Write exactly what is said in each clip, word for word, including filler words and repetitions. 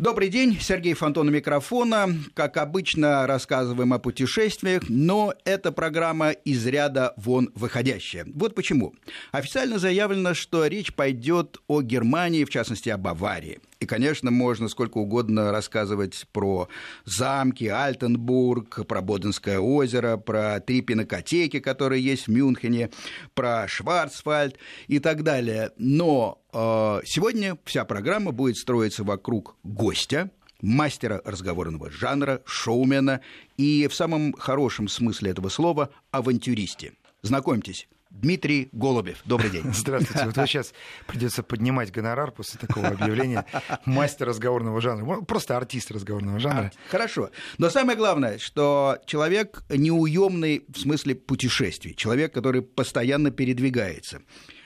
Добрый день, Сергей Фонтон у микрофона. Как обычно, рассказываем о путешествиях, но эта программа из ряда вон выходящая. Вот почему. Официально заявлено, что речь пойдет о Германии, в частности, о Баварии. И, конечно, можно сколько угодно рассказывать про замки, Альтенбург, про Боденское озеро, про три пинокотеки, которые есть в Мюнхене, про Шварцвальд и так далее. Но э, сегодня вся программа будет строиться вокруг гостя, мастера разговорного жанра, шоумена и в самом хорошем смысле этого слова авантюристе. Знакомьтесь. Дмитрий Голубев. Добрый день. Здравствуйте. Вот сейчас придется поднимать гонорар после такого объявления. Мастер разговорного жанра. Просто артист разговорного жанра. А, хорошо. Но самое главное, что человек неуемный в смысле путешествий. Человек, который постоянно передвигается.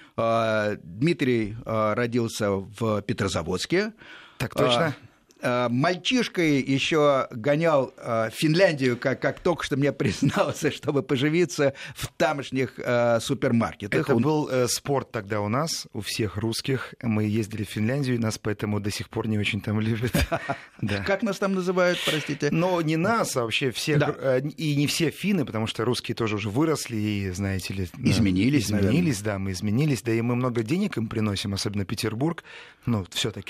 Дмитрий родился в Петрозаводске. Так точно. Мальчишкой еще гонял Финляндию, как, как только что мне признался, чтобы поживиться в тамошних э, супермаркетах. Это Он... был э, спорт тогда у нас, у всех русских. Мы ездили в Финляндию, и нас поэтому до сих пор не очень там любят. Как нас там называют, простите? Ну, не нас, а вообще всех. И не все финны, потому что русские тоже уже выросли, и, знаете ли... Изменились, Изменились, да, мы изменились. Да и мы много денег им приносим, особенно Петербург. Ну, все-таки,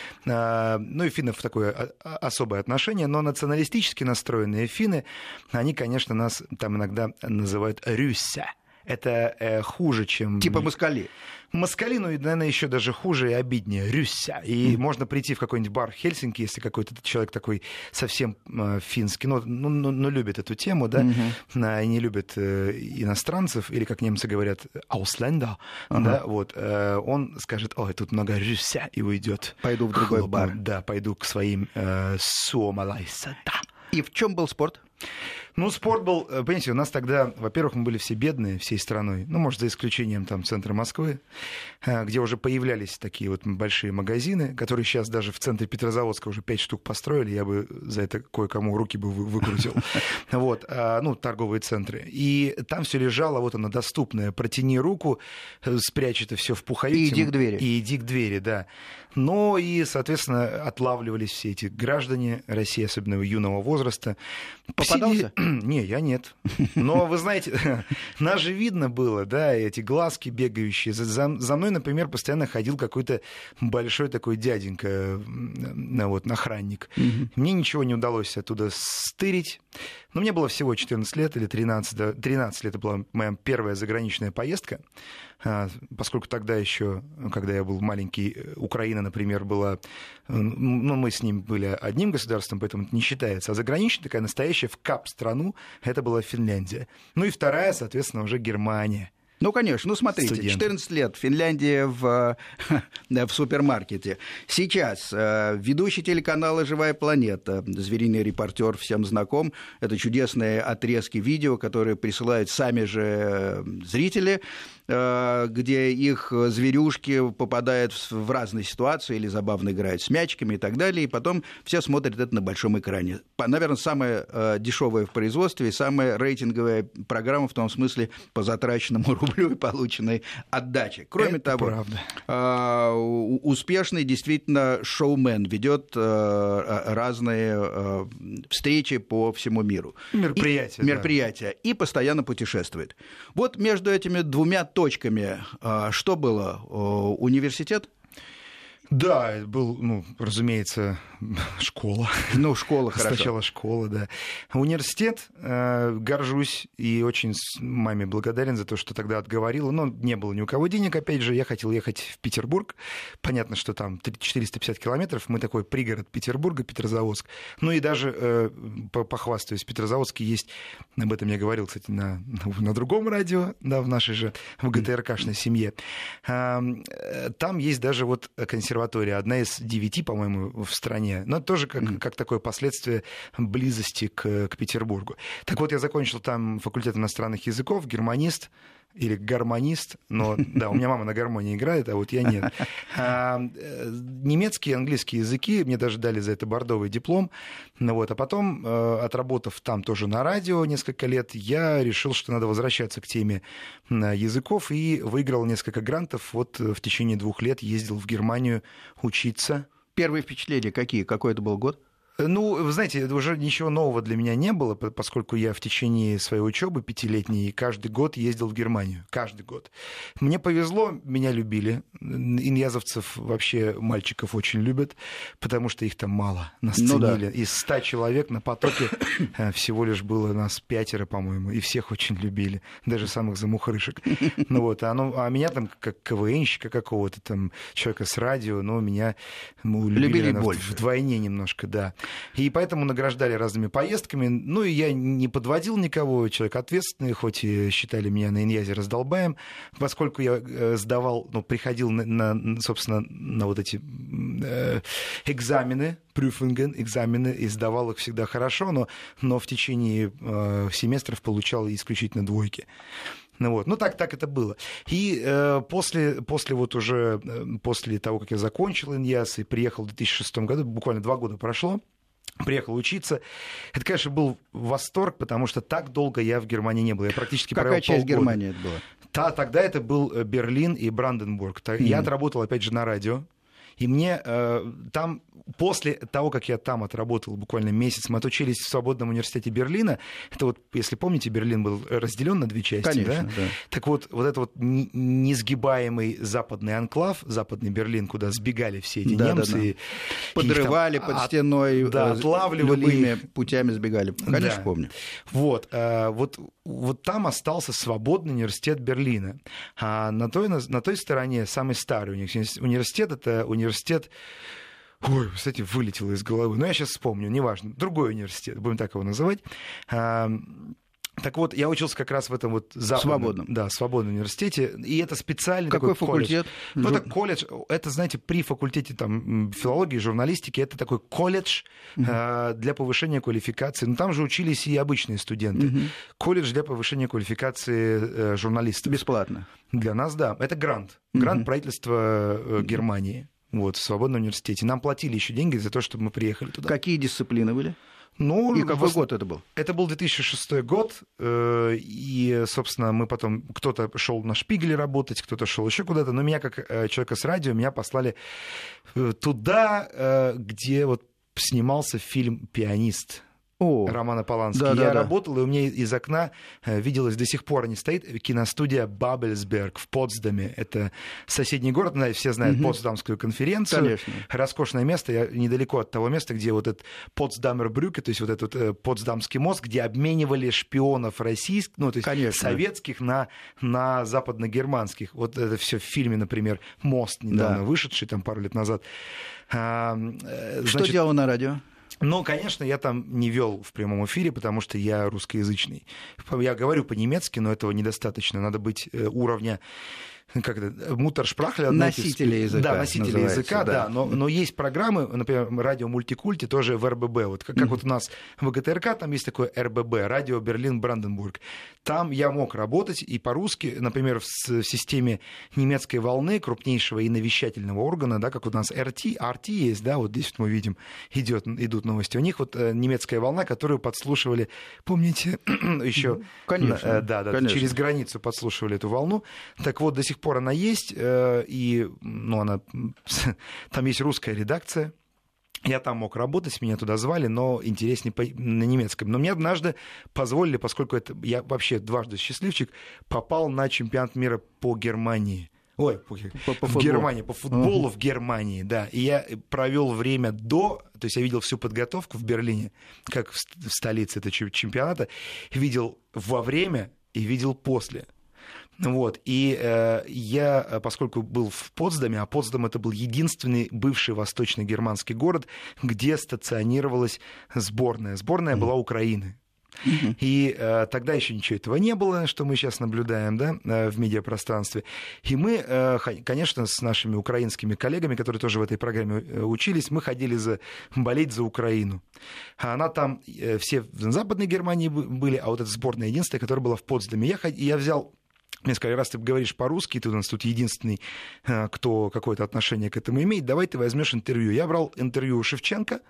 да? Ну, и финны в такое особое отношение, но националистически настроенные финны, они, конечно, нас там иногда называют «рюся». Это э, хуже, чем... Типа москали. Москали, ну и, наверное, еще даже хуже и обиднее. Рюся. И mm. можно прийти в какой-нибудь бар в Хельсинки, если какой-то человек такой совсем э, финский, ну, ну, ну, ну, любит эту тему, да, mm-hmm. и не любит э, иностранцев, или, как немцы говорят, «ausländer», uh-huh. да, вот, э, он скажет: ой, тут много рюся, и уйдет. Пойду в другой Хлоп, бар. Да, пойду к своим э, suomalaisista. И в чем был спорт? Ну, спорт был, понимаете, у нас тогда, во-первых, мы были все бедные всей страной, ну, может, за исключением там центра Москвы, где уже появлялись такие вот большие магазины, которые сейчас даже в центре Петрозаводска уже пять штук построили, я бы за это кое-кому руки бы выкрутил, вот, ну, торговые центры. И там все лежало, вот оно, доступное, протяни руку, спрячь это все в пуховик. И иди к двери. И иди к двери, да. Но и, соответственно, отлавливались все эти граждане России, особенно юного возраста. Попадался? Не, я нет. Но, вы знаете, нас же видно было, да, эти глазки бегающие. За, за мной, например, постоянно ходил какой-то большой такой дяденька, вот, охранник. Угу. Мне ничего не удалось оттуда стырить. Но мне было всего четырнадцать лет или тринадцать, тринадцать лет, это была моя первая заграничная поездка. Поскольку тогда еще, когда я был маленький, Украина, например, была, ну, мы с ним были одним государством, поэтому это не считается. А заграничная, такая настоящая в кап-страну, это была Финляндия. Ну и вторая, соответственно, уже Германия. Ну, конечно. Ну, смотрите, студент. четырнадцать лет, Финляндия в, в супермаркете. Сейчас ведущий телеканала «Живая планета», звериный репортер, всем знаком. Это чудесные отрезки видео, которые присылают сами же зрители, где их зверюшки попадают в разные ситуации или забавно играют с мячиками и так далее, и потом все смотрят это на большом экране. Наверное, самая дешевая в производстве и самая рейтинговая программа в том смысле по затраченному рублю и полученной отдаче. Кроме это того, правда. Успешный действительно шоумен ведет разные встречи по всему миру. Мероприятия. И, да. мероприятия. И постоянно путешествует. Вот между этими двумя точками что было? Университет? Да, был, ну, разумеется, школа. Ну, школа, хорошо. Сначала школа, да. Университет, э, горжусь и очень маме благодарен за то, что тогда отговорила. Но не было ни у кого денег, опять же. Я хотел ехать в Петербург. Понятно, что там четыреста пятьдесят километров. Мы такой пригород Петербурга, Петрозаводск. Ну и даже, э, похвастаюсь, в Петрозаводске есть, об этом я говорил, кстати, на, на другом радио, да, в нашей же, в ГТРКшной семье. Э, там есть даже вот консерватория. Одна из девяти, по-моему, в стране. Но тоже как, mm. как такое последствие близости к, к Петербургу. Так вот, я закончил там факультет иностранных языков, германист или гармонист. Но да, у меня мама на гармонии играет, а вот я нет. А, немецкий и английский языки, мне даже дали за это бордовый диплом. Ну, вот, а потом, отработав там тоже на радио несколько лет, я решил, что надо возвращаться к теме языков и выиграл несколько грантов. Вот в течение двух лет ездил в Германию учиться. Первые впечатления какие? Какой это был год? Ну, вы знаете, это уже ничего нового для меня не было, поскольку я в течение своей учебы пятилетней каждый год ездил в Германию. Каждый год. Мне повезло, меня любили. Иньязовцев вообще мальчиков очень любят, потому что их там мало на сцене. Ну, да. Из ста человек на потоке всего лишь было нас пятеро, по-моему, и всех очень любили, даже самых замухрышек. Ну вот, а, ну, а меня там как КВНщика какого-то там, человека с радио, но меня ну, любили, любили наверное, больше. Вдвойне немножко, да. И поэтому награждали разными поездками. Ну, и я не подводил никого, человек ответственный, хоть и считали меня на Иньязе раздолбаем, поскольку я сдавал, ну, приходил на, на, собственно, на вот эти э, экзамены, Prüfungen, экзамены, и сдавал их всегда хорошо, но, но в течение э, семестров получал исключительно двойки. Ну, вот. ну так, так это было. И э, после, после, вот уже, э, после того, как я закончил Иньяз и приехал в две тысячи шестом году, буквально два года прошло, приехал учиться. Это, конечно, был восторг, потому что так долго я в Германии не был. Я практически провел полгода. Какая часть Германии это была? Та, тогда это был Берлин и Бранденбург. Mm-hmm. Я отработал, опять же, на радио. И мне э, там, после того, как я там отработал буквально месяц, мы отучились в Свободном университете Берлина. Это вот, если помните, Берлин был разделен на две части. Конечно, да? да. Так вот, вот это вот несгибаемый западный анклав, западный Берлин, куда сбегали все эти да, немцы. Да, да. Подрывали там, под стеной, да, отлавливали любыми их. путями сбегали. Конечно, да. помню. Вот, э, вот, вот там остался Свободный университет Берлина. А на той, на, на той стороне самый старый университет, это университет Университет, ой, кстати, вылетело из головы, но я сейчас вспомню, неважно, другой университет, будем так его называть. Так вот, я учился как раз в этом вот западном, свободном. Да, свободном университете, и это специальный Какой такой факультет? колледж. Ну, это колледж, это, знаете, при факультете там, филологии, журналистики, это такой колледж uh-huh. э, для повышения квалификации. Но там же учились и обычные студенты. Uh-huh. Колледж для повышения квалификации э, журналистов. Бесплатно? Для нас, да. Это грант. Грант uh-huh. правительства э, Германии. Вот, в Свободном университете. Нам платили еще деньги за то, чтобы мы приехали туда. Какие дисциплины были? Ну, и какой год это был? Это был две тысячи шестой год, и, собственно, мы потом, кто-то шел на Шпигеле работать, кто-то шел еще куда-то, но меня, как человека с радио, меня послали туда, где вот снимался фильм «Пианист». О, Романа Полански. Да, я да, работал, да. И у меня из окна виделось, до сих пор не стоит, киностудия Бабельсберг в Потсдаме. Это соседний город, все знают угу. Потсдамскую конференцию. Конечно. Роскошное место, я недалеко от того места, где вот этот Потсдамербрюке, то есть вот этот э, Потсдамский мост, где обменивали шпионов российских, ну, то есть Конечно. советских на, на западногерманских. Вот это все в фильме, например, «Мост», недавно да. вышедший, там пару лет назад. А, э, значит, что делал на радио? Ну, конечно, я там не вел в прямом эфире, потому что я русскоязычный. Я говорю по-немецки, но этого недостаточно. Надо быть уровня... Как это? Муттершпрахлер. Носители языка. Да, носители языка, да. да. Но, но есть программы, например, радио Мультикульти, тоже в эр бэ бэ. Вот как, как mm-hmm. вот у нас в гэ тэ эр ка там есть такое эр бэ бэ, радио Берлин-Бранденбург. Там я мог работать и по-русски, например, в, в системе немецкой волны, крупнейшего и навещательного органа, да, как у нас эр ти, ар ти есть, да, вот здесь вот мы видим, идет, идут новости. У них вот немецкая волна, которую подслушивали, помните, еще... Конечно. Да, да, конечно. Через границу подслушивали эту волну. Так вот, до сих пор она есть, и ну, она, там есть русская редакция. Я там мог работать, меня туда звали, но интереснее по, на немецком. Но мне однажды позволили, поскольку это, я вообще дважды счастливчик, попал на чемпионат мира по Германии. Ой, по, по, в по Германии, по футболу uh-huh. в Германии, да. И я провел время до, то есть я видел всю подготовку в Берлине, как в, в столице этого чемпионата, видел во время и видел после. Вот, и э, я, поскольку был в Потсдаме, а Потсдам это был единственный бывший восточно-германский город, где стационировалась сборная. Сборная mm-hmm. была Украины. Mm-hmm. И э, тогда еще ничего этого не было, что мы сейчас наблюдаем, да, э, в медиапространстве. И мы, э, конечно, с нашими украинскими коллегами, которые тоже в этой программе э, учились, мы ходили за, болеть за Украину. А она там, э, все в Западной Германии были, а вот эта сборная единственная, которая была в Потсдаме. Я, я взял... Мне сказали, раз ты говоришь по-русски, ты у нас тут единственный, кто какое-то отношение к этому имеет, давай ты возьмешь интервью. Я брал интервью у Шевченко,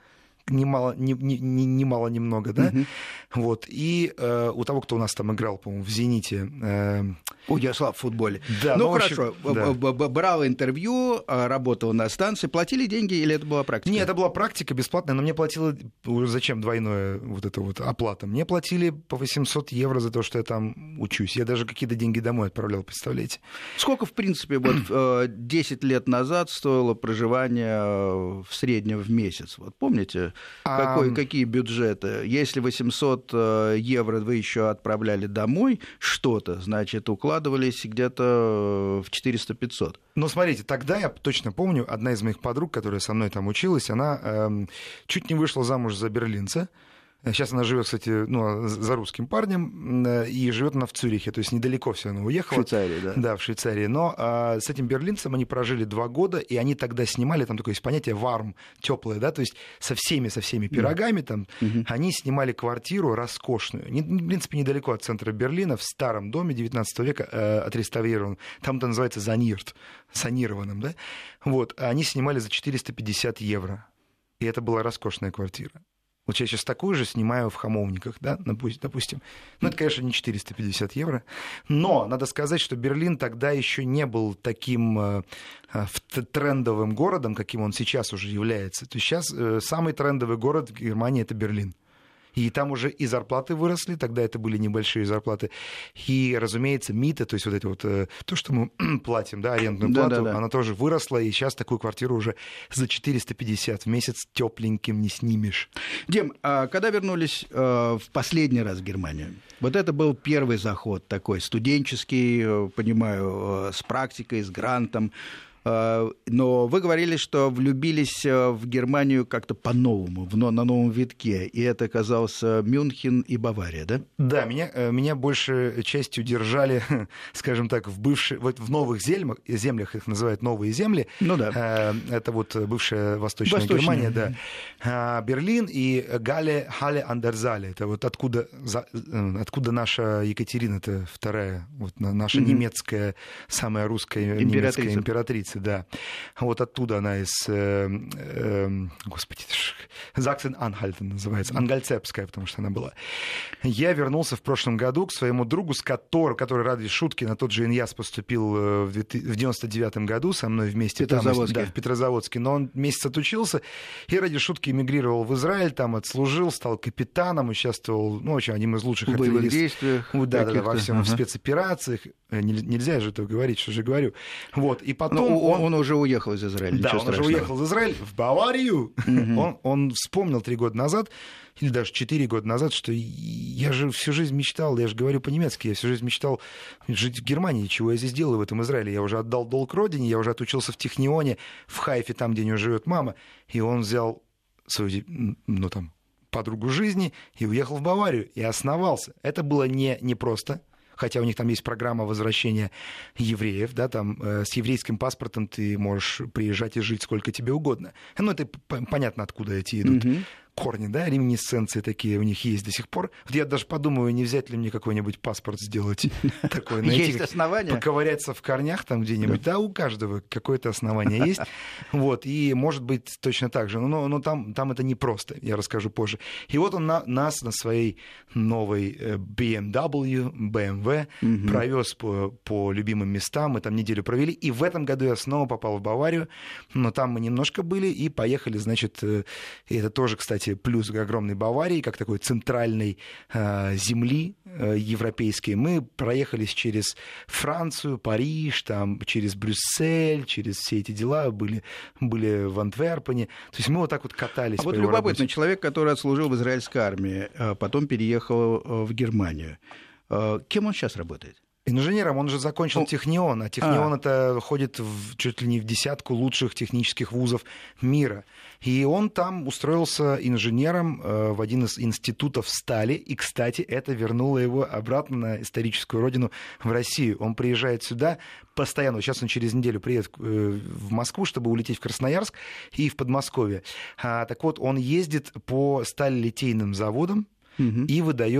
немало, не, не, не, немало немного, да? Угу. Вот. И э, у того, кто у нас там играл, по-моему, в «Зените». Э... Ой, я слаб в футболе. Да, ну, ну, хорошо, общем, да. брал интервью, работал на станции. Платили деньги или это была практика? Нет, это была практика бесплатная, но мне платила... Зачем двойное вот это вот оплата? Мне платили по восемьсот евро за то, что я там учусь. Я даже какие-то деньги домой отправлял, представляете? Сколько, в принципе, вот десять лет назад стоило проживание в среднем в месяц? Вот помните, какой, а... какие бюджеты? Если восемьсот евро вы еще отправляли домой что-то, значит, укладывались где-то в четыреста-пятьсот. Ну, смотрите, тогда я точно помню, одна из моих подруг, которая со мной там училась, она э, чуть не вышла замуж за берлинца. Сейчас она живет, кстати, ну, за русским парнем, и живет она в Цюрихе, то есть недалеко все равно уехала. В Швейцарии, да. Да, в Швейцарии. Но а, с этим берлинцем они прожили два года, и они тогда снимали, там такое есть понятие варм, теплое, да, то есть со всеми, со всеми пирогами там, mm-hmm. они снимали квартиру роскошную, не, в принципе, недалеко от центра Берлина, в старом доме девятнадцатого века, э, отреставрированном, там это называется санирт, санированным, да, вот, они снимали за четыреста пятьдесят евро, и это была роскошная квартира. Вот я сейчас такую же снимаю в Хамовниках, да, допустим. Ну, это, конечно, не четыреста пятьдесят евро. Но надо сказать, что Берлин тогда еще не был таким э, трендовым городом, каким он сейчас уже является. То есть сейчас э, самый трендовый город в Германии — это Берлин. И там уже и зарплаты выросли, тогда это были небольшие зарплаты. И, разумеется, МИТа, то есть вот это вот то, что мы платим, да, арендную плату, да, да, да. она тоже выросла, и сейчас такую квартиру уже за четыреста пятьдесят в месяц тепленьким не снимешь. Дим, а когда вернулись в последний раз в Германию? Вот это был первый заход такой студенческий, понимаю, с практикой, с грантом. Но вы говорили, что влюбились в Германию как-то по-новому, на новом витке, и это оказался Мюнхен и Бавария, да? Да, меня, меня большей частью держали, скажем так, в бывших, вот в новых землях, землях их называют новые земли. Ну да. Это вот бывшая Восточная, Восточная. Германия, да. Берлин и Галле, Халле ан дер Зале. Это вот откуда, откуда наша Екатерина, это вторая, вот наша mm-hmm. немецкая, самая русская императрица. немецкая императрица. Да. Вот оттуда она из, э, э, господи, Саксен-Анхальтен называется, Ангальцепская, потому что она была. Я вернулся в прошлом году к своему другу, с которым, который ради шутки на тот же ИНЯС поступил в девяносто девятом году со мной вместе. В Петрозаводске. Там, да, в Петрозаводске. Но он месяц отучился и ради шутки эмигрировал в Израиль, там отслужил, стал капитаном, участвовал, ну, в общем, одним из лучших артиллеристов. Действиях. Да, да, да, во всем, ага. в спецоперациях. Нельзя же этого говорить, что же говорю. Вот, и потом... Ну, он, он уже уехал из Израиля. Да, он страшного. уже уехал из Израиля в Баварию. Mm-hmm. Он, он вспомнил три года назад, или даже четыре года назад, что я же всю жизнь мечтал, я же говорю по-немецки, я всю жизнь мечтал жить в Германии, чего я здесь делаю в этом Израиле. Я уже отдал долг родине, я уже отучился в Технионе, в Хайфе, там, где у него живет мама. И он взял свою, ну, там, подругу жизни и уехал в Баварию, и основался. Это было не, не просто. Хотя у них там есть программа возвращения евреев, да, там э, с еврейским паспортом ты можешь приезжать и жить сколько тебе угодно. Ну, это понятно, откуда эти идут mm-hmm. корни, да, реминисценции такие у них есть до сих пор. Вот я даже подумаю, не взять ли мне какой-нибудь паспорт сделать такой. Есть основания? Поковыряться в корнях там где-нибудь. Да, у каждого какое-то основание есть. Вот, и может быть точно так же. Но, но там, там это непросто, я расскажу позже. И вот он на, нас на своей новой би эм дабл ю, бэ эм вэ угу. провез по, по любимым местам. Мы там неделю провели. И в этом году я снова попал в Баварию. Но там мы немножко были и поехали, значит, и это тоже, кстати, плюс к огромной Баварии, как такой центральной э, земли э, европейской. Мы проехались через Францию, Париж, там, через Брюссель, через все эти дела, были, были в Антверпене. То есть мы вот так вот катались. А вот любопытный работе. Человек, который отслужил в израильской армии, потом переехал в Германию. Кем он сейчас работает? Инженером, он же закончил ну, Технион, а Технион а. это входит в, чуть ли не в десятку лучших технических вузов мира. И он там устроился инженером э, в один из институтов стали, и, кстати, это вернуло его обратно на историческую родину, в Россию. Он приезжает сюда постоянно, сейчас он через неделю приедет э, в Москву, чтобы улететь в Красноярск и в Подмосковье. А, так вот, он ездит по сталелитейным заводам угу. и выдает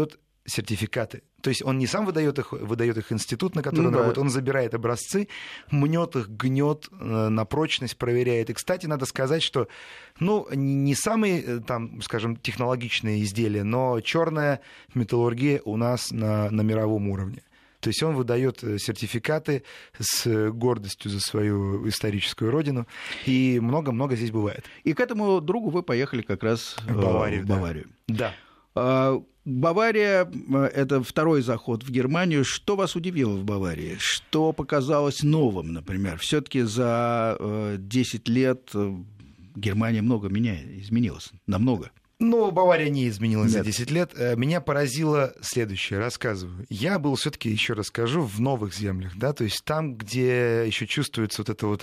сертификаты. То есть он не сам выдает их, выдает их институт, на который ну, он да. работает, он забирает образцы, мнет их, гнет на прочность, проверяет. И, кстати, надо сказать, что ну, не самые, там, скажем, технологичные изделия, но черная металлургия у нас на, на мировом уровне. То есть он выдает сертификаты с гордостью за свою историческую родину, и много-много здесь бывает. И к этому другу вы поехали как раз в Баварию. В Баварию. Да. да. Бавария – это второй заход в Германию. Что вас удивило в Баварии? Что показалось новым, например? Все-таки за десять лет Германия много меняет, изменилась, намного. Но Бавария не изменилась Нет. за десять лет. Меня поразило следующее, рассказываю. Я был все-таки, еще расскажу, в новых землях, да, то есть там, где еще чувствуется вот это вот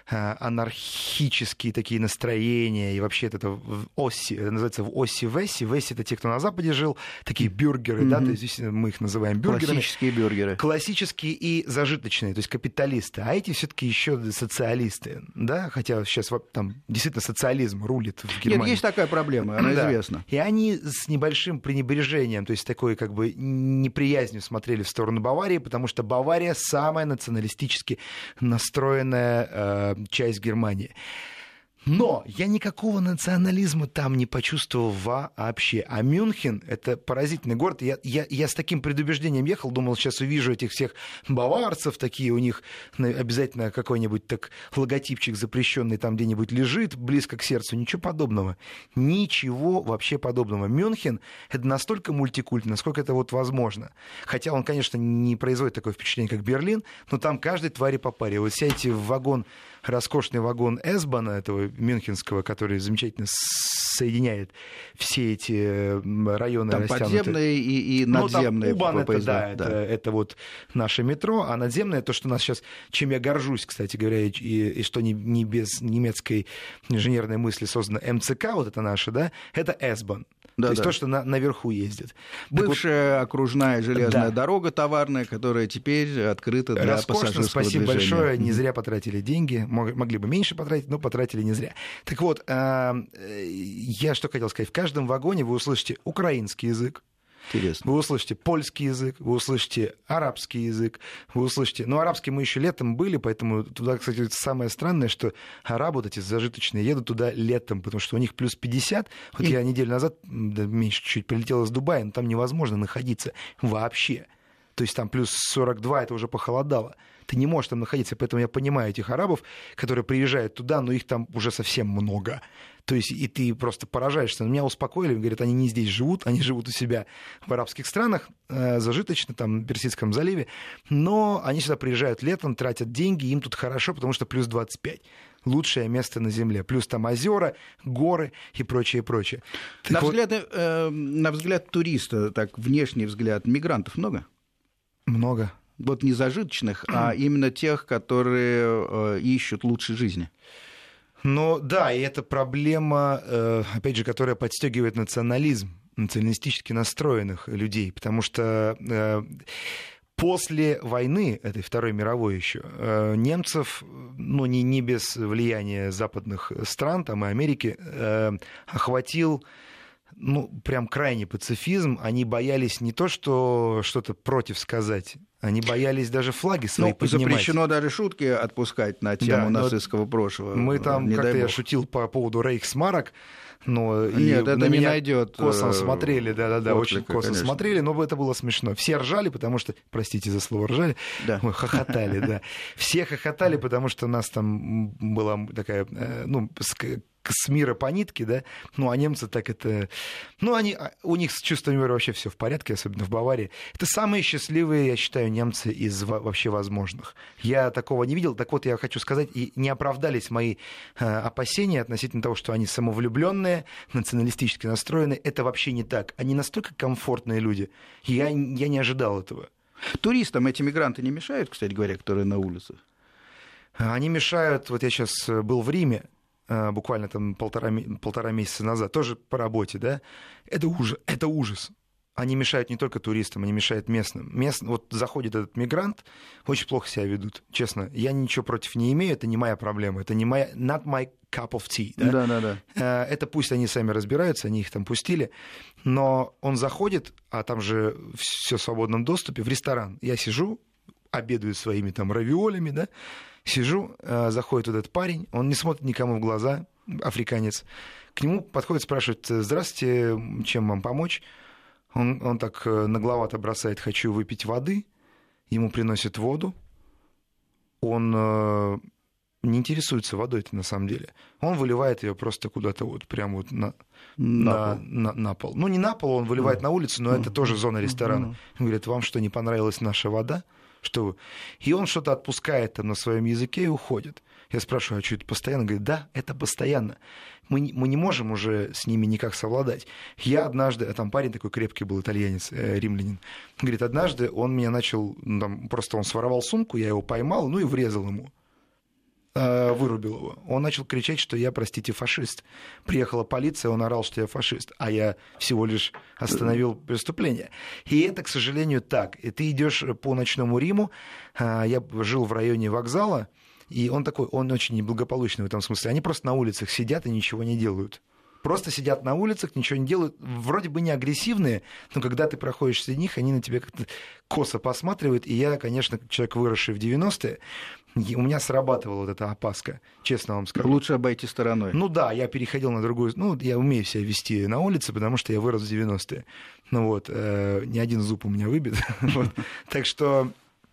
анархические такие настроения, и вообще это в оси, это называется в оси Веси. Веси — это те, кто на Западе жил, такие бюргеры, mm-hmm. да, то есть здесь мы их называем бюргерами. Классические бюргеры. Классические и зажиточные, то есть капиталисты. А эти все-таки еще социалисты, да, хотя сейчас там действительно социализм рулит в Германии. Нет, есть такая проблема, она да. известна. И они с небольшим пренебрежением, то есть такой как бы неприязнью смотрели в сторону Баварии, потому что Бавария самая националистически настроенная э, часть Германии. Но я никакого национализма там не почувствовал вообще. А Мюнхен — это поразительный город. Я, я, я с таким предубеждением ехал, думал, сейчас увижу этих всех баварцев, такие у них обязательно какой-нибудь так логотипчик запрещенный там где-нибудь лежит, близко к сердцу. Ничего подобного. Ничего вообще подобного. Мюнхен — это настолько мультикультный, насколько это вот возможно. Хотя он, конечно, не производит такое впечатление, как Берлин, но там каждой твари по паре. Вот сядете в вагон, роскошный вагон Эсбана, этого мюнхенского, который замечательно соединяет все эти районы там растянутые. Подземные и, и надземные. Ну, там У-Bahn, это, да, да. Это, это вот наше метро, а надземное, то, что у нас сейчас, чем я горжусь, кстати говоря, и, и что не, не без немецкой инженерной мысли создано эм цэ ка, вот это наше, да, это Эсбан. Да, то есть да. то, что на, наверху ездит. Бывшая вот, окружная железная да. дорога товарная, которая теперь открыта для Роскошно, пассажирского спасибо движения. большое. Не зря потратили деньги. Могли бы меньше потратить, но потратили не зря. Так вот, я что хотел сказать. В каждом вагоне вы услышите украинский язык. Интересно. Вы услышите польский язык, вы услышите арабский язык, вы услышите... Ну, арабский мы еще летом были, поэтому туда, кстати, самое странное, что арабы, вот эти зажиточные, едут туда летом, потому что у них плюс пятьдесят. Вот И... я неделю назад, да, меньше чуть-чуть, прилетел из Дубая, но там невозможно находиться вообще. То есть там плюс сорок два, это уже похолодало. Ты не можешь там находиться, поэтому я понимаю этих арабов, которые приезжают туда, но их там уже совсем много. То есть и ты просто поражаешься. Меня успокоили, говорят, они не здесь живут, они живут у себя в арабских странах, э, зажиточно, там, в Персидском заливе, но они сюда приезжают летом, тратят деньги, им тут хорошо, потому что плюс двадцать пять. Лучшее место на земле. Плюс там озера, горы и прочее, прочее. На, вот... взгляд, э, на взгляд туриста, так, внешний взгляд, мигрантов много? Много. Вот не зажиточных, а именно тех, которые э, ищут лучшей жизни. Ну да, и это проблема, э, опять же, которая подстегивает национализм, националистически настроенных людей, потому что э, после войны, этой Второй мировой еще, э, немцев, ну не, не без влияния западных стран, там и Америки, э, охватил... ну, прям крайний пацифизм. Они боялись не то, что что-то против сказать, они боялись даже флаги свои ну, поднимать. Запрещено даже шутки отпускать на тему да, нацистского прошлого. Мы там, не как-то я шутил по поводу рейхсмарок, но Нет, и это на не меня найдет косо смотрели, да-да-да, очень косо конечно. смотрели, но это было смешно. Все ржали, потому что, простите за слово ржали, да. мы хохотали, да. Все хохотали, потому что у нас там была такая, ну, с мира по нитке, да, ну, а немцы так это... Ну, они, у них с чувством юмора вообще все в порядке, особенно в Баварии. Это самые счастливые, я считаю, немцы из вообще возможных. Я такого не видел. Так вот, я хочу сказать, и не оправдались мои э, опасения относительно того, что они самовлюбленные, националистически настроенные. Это вообще не так. Они настолько комфортные люди. Я, я не ожидал этого. Туристам эти мигранты не мешают, кстати говоря, которые на улицах? Они мешают... Вот я сейчас был в Риме, буквально там полтора, полтора месяца назад, тоже по работе, да, это ужас, это ужас. они мешают не только туристам, они мешают местным. Мест... Вот заходит этот мигрант, очень плохо себя ведут, честно. Я ничего против не имею, это не моя проблема, это не моя... Not my cup of tea. Да? Да, да, да. Это пусть они сами разбираются, они их там пустили, но он заходит, а там же все в свободном доступе, в ресторан. Я сижу, обедаю своими там равиолями, да, сижу, заходит вот этот парень, он не смотрит никому в глаза, африканец. К нему подходит, спрашивает: здравствуйте, чем вам помочь? Он, он так нагловато бросает: хочу выпить воды. Ему приносят воду. Он э, не интересуется водой-то на самом деле. Он выливает ее просто куда-то вот прямо вот на, на, на, пол. На, на пол. Ну, не на пол, он выливает mm. на улицу, но mm. это тоже зона ресторана. Mm. Он говорит: вам что, не понравилась наша вода? Что вы? И он что-то отпускает там на своем языке и уходит. Я спрашиваю: а что это постоянно? Говорит: да, это постоянно. Мы, мы не можем уже с ними никак совладать. Я однажды, а там парень такой крепкий был, итальянец, э, римлянин, говорит, однажды он меня начал, ну, там, просто он своровал сумку, я его поймал, ну и врезал ему, э, вырубил его. Он начал кричать, что я, простите, фашист. Приехала полиция, он орал, что я фашист, а я всего лишь остановил преступление. И это, к сожалению, так. И ты идешь по ночному Риму, э, я жил в районе вокзала, и он такой, он очень неблагополучный в этом смысле. Они просто на улицах сидят и ничего не делают. Просто сидят на улицах, ничего не делают. Вроде бы не агрессивные, но когда ты проходишь среди них, они на тебя как-то косо посматривают. И я, конечно, человек, выросший в девяностые, у меня срабатывала вот эта опаска, честно вам скажу. Лучше обойти стороной. Ну да, я переходил на другую... Ну, я умею себя вести на улице, потому что я вырос в девяностые. Ну вот, э, ни один зуб у меня выбит. Так что...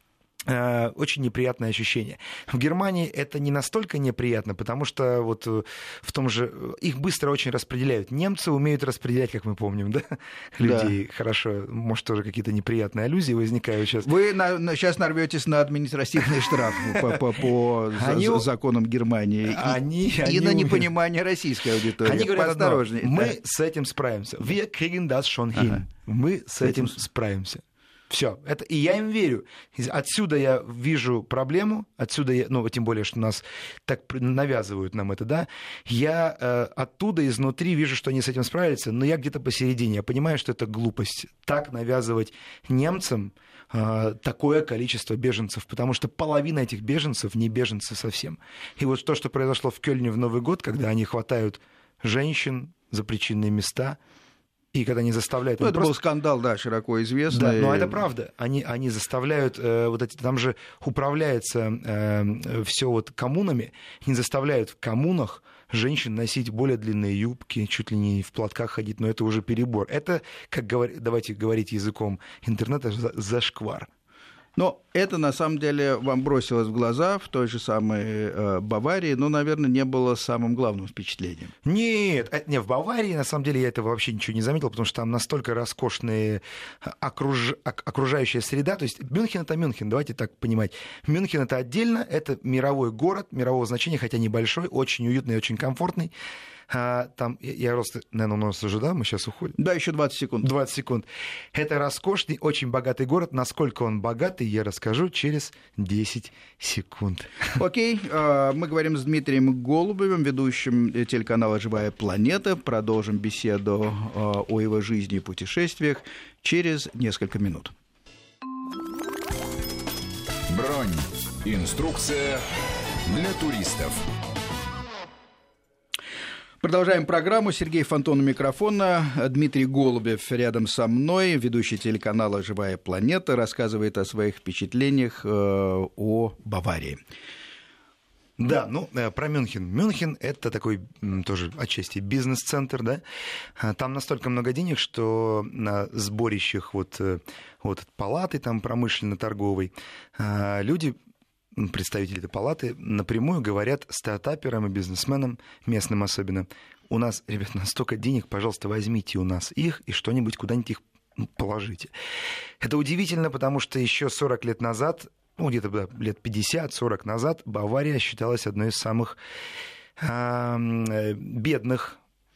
Очень неприятное ощущение. В Германии это не настолько неприятно, потому что вот в том же... Их быстро очень распределяют. Немцы умеют распределять, как мы помним, да? Людей да. Хорошо. Может, тоже какие-то неприятные аллюзии возникают сейчас. Вы на, сейчас нарветесь на административный штраф по, по, по они, законам Германии они, и, они, и на непонимание российской аудитории. Они говорят одно: мы с этим справимся. Wir kriegen das schon hin. Ага. Мы с этим справимся. Все, это, и я им верю. Отсюда я вижу проблему, отсюда я, ну, тем более, что нас так навязывают нам это, да, я э, оттуда изнутри вижу, что они с этим справятся, но я где-то посередине, я понимаю, что это глупость, так навязывать немцам э, такое количество беженцев, потому что половина этих беженцев не беженцы совсем. И вот то, что произошло в Кёльне в Новый год, когда они хватают женщин за причинные места, и когда они заставляют... Ну, это просто... был скандал, да, широко известный. Да, но это правда. Они, они заставляют... Э, вот эти, там же управляется э, все вот коммунами. Они заставляют в коммунах женщин носить более длинные юбки, чуть ли не в платках ходить, но это уже перебор. Это, как говор... давайте говорить языком интернета, зашквар. Но это, на самом деле, вам бросилось в глаза в той же самой э, Баварии, но, наверное, не было самым главным впечатлением. Нет, не, в Баварии, на самом деле, я этого вообще ничего не заметил, потому что там настолько роскошная окруж... окружающая среда. То есть Мюнхен — это Мюнхен, давайте так понимать. Мюнхен — это отдельно, это мировой город, мирового значения, хотя небольшой, очень уютный, очень комфортный. А, там, я, я просто, наверное, у нас уже, да, мы сейчас уходим? Да, еще двадцать секунд. двадцать секунд. Это роскошный, очень богатый город. Насколько он богатый, я расскажу через десять секунд. Окей, мы говорим с Дмитрием Голубевым, ведущим телеканала «Живая планета». Продолжим беседу о его жизни и путешествиях через несколько минут. Бронь. Инструкция для туристов. Продолжаем программу. Сергей Фонтон у микрофона. Дмитрий Голубев рядом со мной, ведущий телеканала «Живая планета», рассказывает о своих впечатлениях о Баварии. Да, ну, про Мюнхен. Мюнхен — это такой тоже отчасти бизнес-центр, да. Там настолько много денег, что на сборищах вот, вот палаты там промышленно-торговой люди... представители этой палаты напрямую говорят стартаперам и бизнесменам, местным особенно: у нас, ребят, настолько денег, пожалуйста, возьмите у нас их и что-нибудь куда-нибудь их положите. Это удивительно, потому что еще сорок лет назад, ну, где-то да, лет пятьдесят-сорок назад, Бавария считалась одной из самых э, бедных.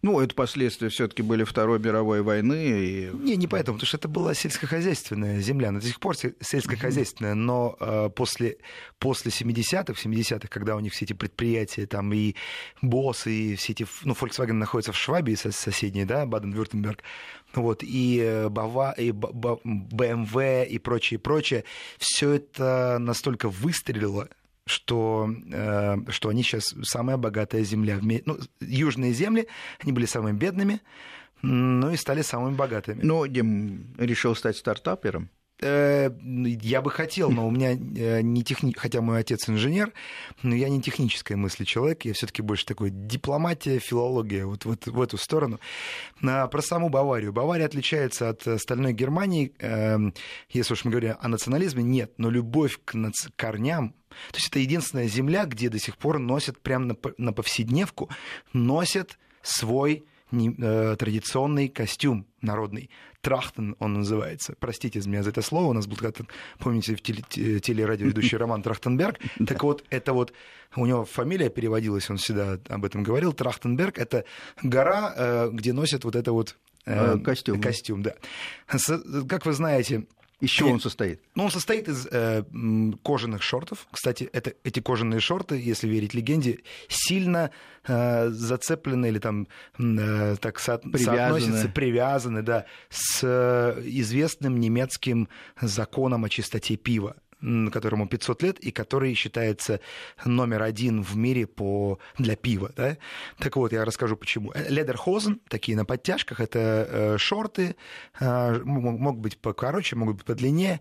Ну, это последствия все-таки были Второй мировой войны. И... Не, не поэтому, потому что это была сельскохозяйственная земля, она до сих пор сельскохозяйственная, но э, после, после семидесятых, в семидесятых, когда у них все эти предприятия, там и БОС, и все эти, ну, Volkswagen находится в Швабии, соседней, да, Баден-Вюртемберг, вот, и, Бава, и бэ эм вэ, и прочее, прочее, все это настолько выстрелило, что, э, что они сейчас самая богатая земля в мире. Ну, южные земли, они были самыми бедными, ну и стали самыми богатыми. Ну, Дим решил стать стартапером? Э, я бы хотел, но у меня не техни... хотя мой отец инженер, но я не технической мысли человек, я все-таки больше такой дипломатия, филология, вот, вот в эту сторону. А, про саму Баварию. Бавария отличается от остальной Германии, э, если уж мы говорим о национализме, нет, но любовь к нац... корням. То есть это единственная земля, где до сих пор носят прямо на, на повседневку, носят свой не, э, традиционный костюм народный. Трахтен он называется. Простите меня за это слово. У нас был когда-то, помните, в теле, телерадиоведущий Роман Трахтенберг. Так вот, это вот, у него фамилия переводилась, он всегда об этом говорил. Трахтенберг — это гора, э, где носят вот это вот э, костюм. Костюм, да. Как вы знаете... Из чего он состоит? Ну, он состоит из э, кожаных шортов. Кстати, это, эти кожаные шорты, если верить легенде, сильно э, зацеплены или там э, так со- соотносятся, привязаны, да, с э, известным немецким законом о чистоте пива, которому пятьсот лет, и который считается номер один в мире по... для пива. Да? Так вот, я расскажу, почему. Ледерхозен, такие на подтяжках, это э, шорты, э, могут быть покороче, могут быть подлиннее.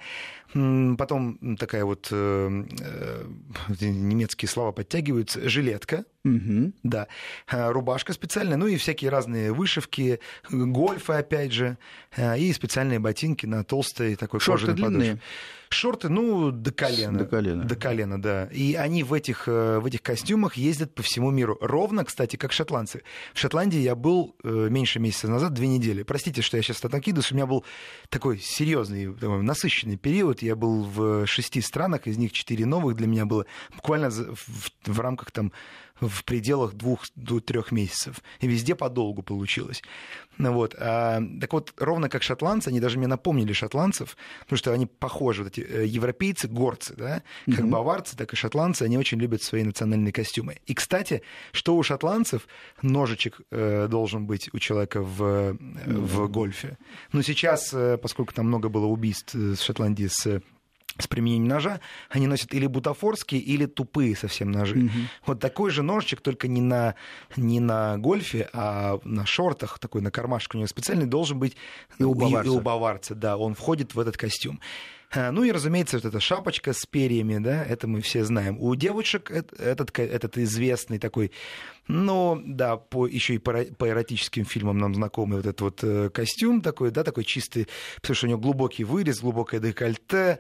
Потом такая вот, э, э, немецкие слова подтягиваются, жилетка, угу. да, рубашка специальная, ну и всякие разные вышивки, гольфы, опять же, и специальные ботинки на толстой такой кожаной подошве. Шорты длинные? Шорты, ну, до колена. До колена. До колена, да. И они в этих, в этих костюмах ездят по всему миру. Ровно, кстати, как шотландцы. В Шотландии я был меньше месяца назад, две недели. Простите, что я сейчас так накидываюсь. У меня был такой серьезный, такой насыщенный период. Я был в шести странах, из них четыре новых для меня было. Буквально в, в, в рамках там... в пределах двух-трех месяцев. И везде подолгу получилось. Ну, вот. А, так вот, ровно как шотландцы, они даже мне напомнили шотландцев, потому что они похожи, вот эти европейцы, горцы, да? Как mm-hmm. баварцы, так и шотландцы, они очень любят свои национальные костюмы. И, кстати, что у шотландцев, ножичек э, должен быть у человека в, mm-hmm. в гольфе. Но сейчас, поскольку там много было убийств в Шотландии с... с применением ножа, они носят или бутафорские, или тупые совсем ножи. Mm-hmm. Вот такой же ножичек, только не на, не на гольфе, а на шортах, такой на кармашке у него специальный, должен быть и у баварца. И, и у баварца, да, он входит в этот костюм. Ну и, разумеется, вот эта шапочка с перьями, да, это мы все знаем. У девушек этот, этот известный такой, ну, да, по, еще и по, по эротическим фильмам нам знакомый вот этот вот костюм такой, да, такой чистый, потому что у него глубокий вырез, глубокое декольте,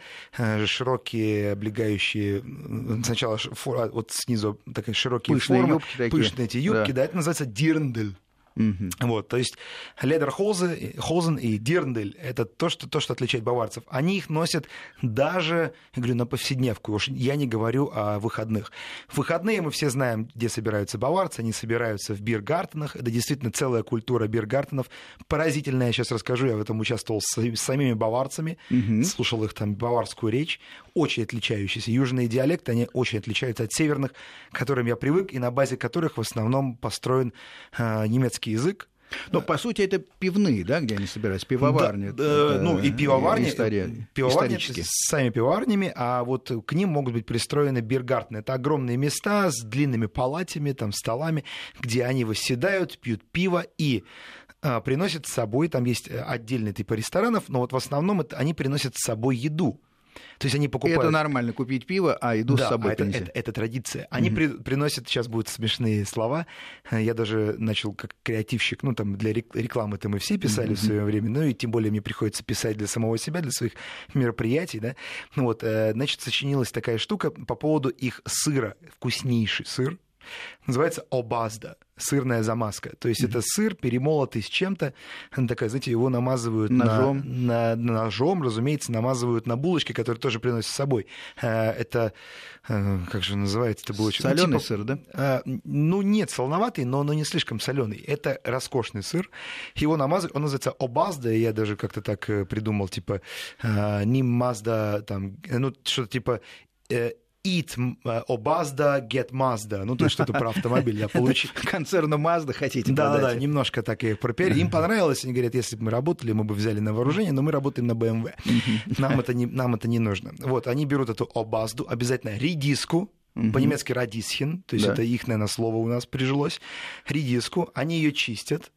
широкие облегающие, сначала вот снизу такие широкие пышные формы, юбки такие. Пышные эти юбки, да, да это называется дирндель. Mm-hmm. Вот, то есть ледерхозен и дирндель — это то что, то, что отличает баварцев. Они их носят даже, я говорю, на повседневку. Уж я не говорю о выходных. В выходные мы все знаем, где собираются баварцы. Они собираются в биргартенах. Это действительно целая культура биргартенов. Поразительная, я сейчас расскажу. Я в этом участвовал с, с самими баварцами. Mm-hmm. Слушал их там баварскую речь. Очень отличающиеся. Южные диалекты, они очень отличаются от северных, к которым я привык, и на базе которых в основном построен э, немецкий язык. Но, по сути, это пивные, да, где они собираются, пивоварни. Да, э, ну, и пивоварни, история, пивоварни с сами пивоварнями, а вот к ним могут быть пристроены биргартены. Это огромные места с длинными палатями, там, столами, где они восседают, пьют пиво и а, приносят с собой, там есть отдельные типы ресторанов, но вот в основном это, они приносят с собой еду. То есть они покупают... И это нормально, купить пиво, а еду да, с собой а это, принести. Это, это традиция. Они mm-hmm. при, приносят, сейчас будут смешные слова, я даже начал как креативщик, ну там для рекламы-то мы все писали mm-hmm. в свое время, ну и тем более мне приходится писать для самого себя, для своих мероприятий, да. Ну вот, значит, сочинилась такая штука по поводу их сыра, вкуснейший сыр. Называется обазда, сырная замазка. То есть mm-hmm. это сыр, перемолотый с чем-то. Такая, знаете, его намазывают ножом. На, на, ножом, разумеется, намазывают на булочки, которые тоже приносят с собой. Это, как же называется? Это булочка. Соленый ну, типа, сыр, да? Ну, нет, солоноватый, но, но не слишком соленый. Это роскошный сыр. Его намазывают, он называется обазда, я даже как-то так придумал, типа, не мазда, там, ну, что-то типа... Eat Obazda, get Mazda. Ну, то есть что-то про автомобиль я получил. Концерну Mazda хотите да, подать? Да, да, немножко так и пропели. Им понравилось, они говорят, если бы мы работали, мы бы взяли на вооружение, но мы работаем на бэ эм вэ. Нам это не, нам это не нужно. Вот, они берут эту Obazdu, обязательно редиску, по-немецки радисхен, то есть да. это их, наверное, слово у нас прижилось. Редиску, они ее чистят,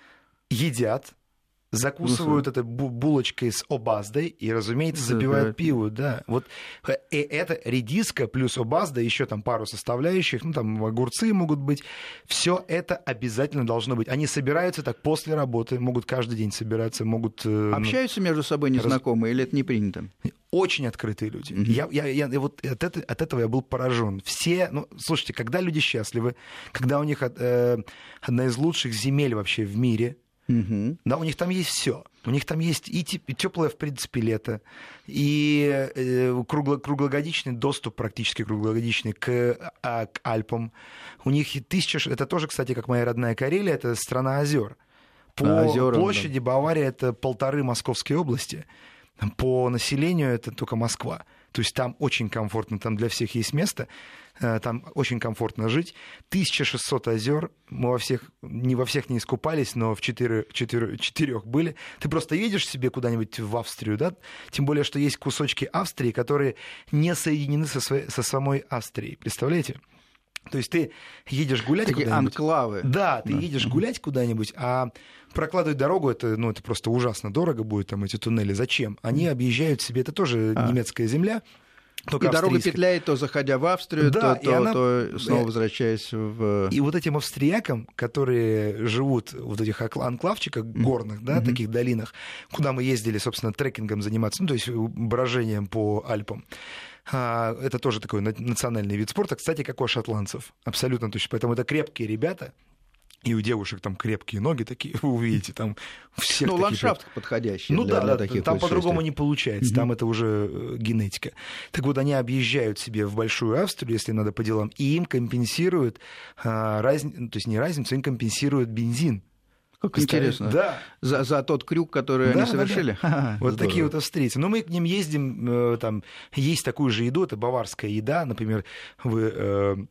едят, закусывают это булочкой с обаздой и, разумеется, запивают пиво, да. Вот и это редиска плюс обазда, еще там пару составляющих, ну там огурцы могут быть. Все это обязательно должно быть. Они собираются так после работы, могут каждый день собираться, могут... Общаются между собой незнакомые раз... или это не принято? Очень открытые люди. Mm-hmm. Я, я, я, вот от, это, от этого я был поражен. Все, ну, слушайте, когда люди счастливы, когда у них э, одна из лучших земель вообще в мире, угу. да, у них там есть все. У них там есть и теплое, в принципе, лето, и э, кругло, круглогодичный доступ, практически круглогодичный, к, а, к Альпам. У них тысяча... Это тоже, кстати, как моя родная Карелия, это страна озер. По а, озерам, площади да. Бавария это полторы Московской области. По населению это только Москва. То есть там очень комфортно, там для всех есть место, там очень комфортно жить. тысяча шестьсот озер, мы во всех, не во всех не искупались, но в четыре, четыре, четырех были. Ты просто едешь себе куда-нибудь в Австрию, да? Тем более, что есть кусочки Австрии, которые не соединены со, своей, со самой Австрией. Представляете? То есть ты едешь гулять Такие куда-нибудь. анклавы. Да, ты да. едешь гулять куда-нибудь, а прокладывать дорогу, это, ну, это просто ужасно дорого будет, там, эти туннели. Зачем? Они объезжают себе, это тоже а. немецкая земля. И дорога петляет, то заходя в Австрию, да, то, то, она... то снова возвращаясь в... И вот этим австриякам, которые живут в вот этих анклавчиках горных, да, mm-hmm. таких долинах, куда мы ездили, собственно, трекингом заниматься, ну, то есть брожением по Альпам, это тоже такой национальный вид спорта, кстати, как у шотландцев, абсолютно точно. Поэтому это крепкие ребята, и у девушек там крепкие ноги такие, вы увидите, там всех ну, таких... ландшафт подходящий ну, для, да, для да, таких там по-другому не получается, mm-hmm. там это уже генетика. Так вот, они объезжают себе в Большую Австрию, если надо по делам, и им компенсируют а, разницу, то есть не разницу, им компенсируют бензин. Как интересно. Да. За, за тот крюк, который да, они совершили. Да, да. Вот здорово. Такие вот австрийцы. Но мы к ним ездим, там есть такую же еду, это баварская еда, например, вы...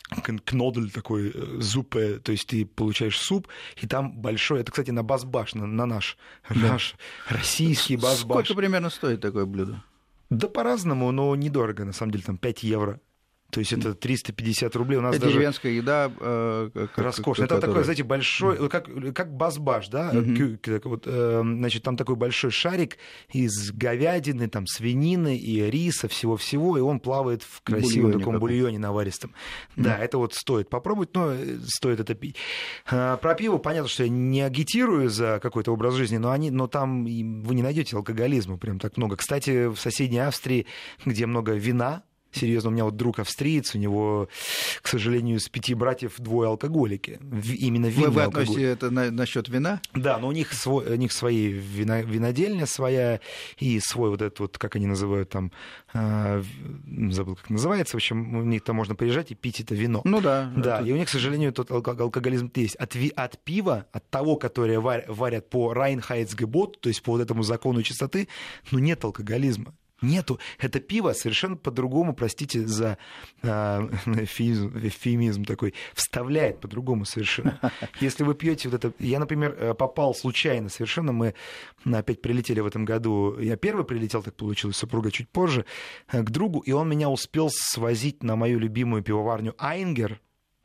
кнодль такой, зупе, то есть ты получаешь суп, и там большой, это, кстати, на басбаш, на, на наш, да. наш российский басбаш. Сколько примерно стоит такое блюдо? Да по-разному, но недорого, на самом деле, там пять евро. То есть это триста пятьдесят рублей. У нас это даже... деревенская еда. Э, как, роскошная. Это которая... такой, знаете, большой, mm. как, как басбаш, да? Mm-hmm. Вот, э, значит, там такой большой шарик из говядины, там, свинины и риса, всего-всего, и он плавает в красивом бульоне таком какой. бульоне наваристом. Mm. Да, это вот стоит попробовать, но стоит это пить. А, про пиво понятно, что я не агитирую за какой-то образ жизни, но, они, но там вы не найдете алкоголизма прям так много. Кстати, в соседней Австрии, где много вина, серьезно, у меня вот друг австриец, у него, к сожалению, из пяти братьев двое алкоголики. Именно винные Вы, вы алкоголики. относите это на, насчет вина? Да, но у них, свой, у них свои вино, винодельня своя и свой вот этот вот, как они называют там, э, забыл, как называется, в общем, у них там можно приезжать и пить это вино. Ну да. Да, это... и у них, к сожалению, тот алкоголизм есть. От, от пива, от того, которое варят по Reinheitsgebot, то есть по вот этому закону чистоты, ну нет алкоголизма. Нету. Это пиво совершенно по-другому, простите за э, эвфемизм, эвфемизм такой, вставляет по-другому совершенно. Если вы пьете вот это... Я, например, попал случайно совершенно, мы опять прилетели в этом году, я первый прилетел, так получилось, супруга чуть позже, к другу, и он меня успел свозить на мою любимую пивоварню Айнгер.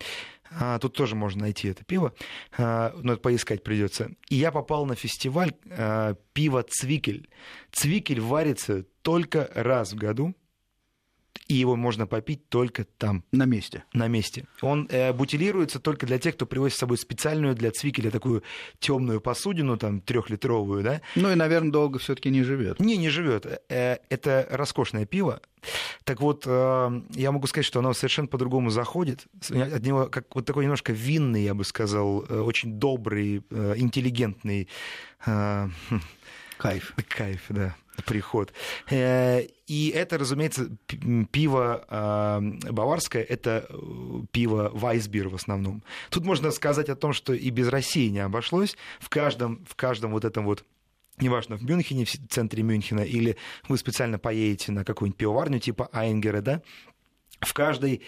А, тут тоже можно найти это пиво, а, но это поискать придется. И я попал на фестиваль а, пива Цвикель. Цвикель варится только раз в году. и его можно попить только там. На месте. На месте. Он э, бутилируется только для тех, кто привозит с собой специальную для цвикеля такую темную посудину, там, трехлитровую, да? Ну и, наверное, долго все-таки не живет. Не, не живет. Э, это роскошное пиво. Так вот, э, я могу сказать, что оно совершенно по-другому заходит. От него как вот такой немножко винный, я бы сказал, э, очень добрый, э, интеллигентный... Э, Кайф. Кайф, да, приход. И это, разумеется, пиво баварское, это пиво Weissbier в основном. Тут можно сказать о том, что и без России не обошлось. В каждом, в каждом вот этом вот, неважно, в Мюнхене, в центре Мюнхена, или вы специально поедете на какую-нибудь пивоварню типа Айнгера, да, в, каждой,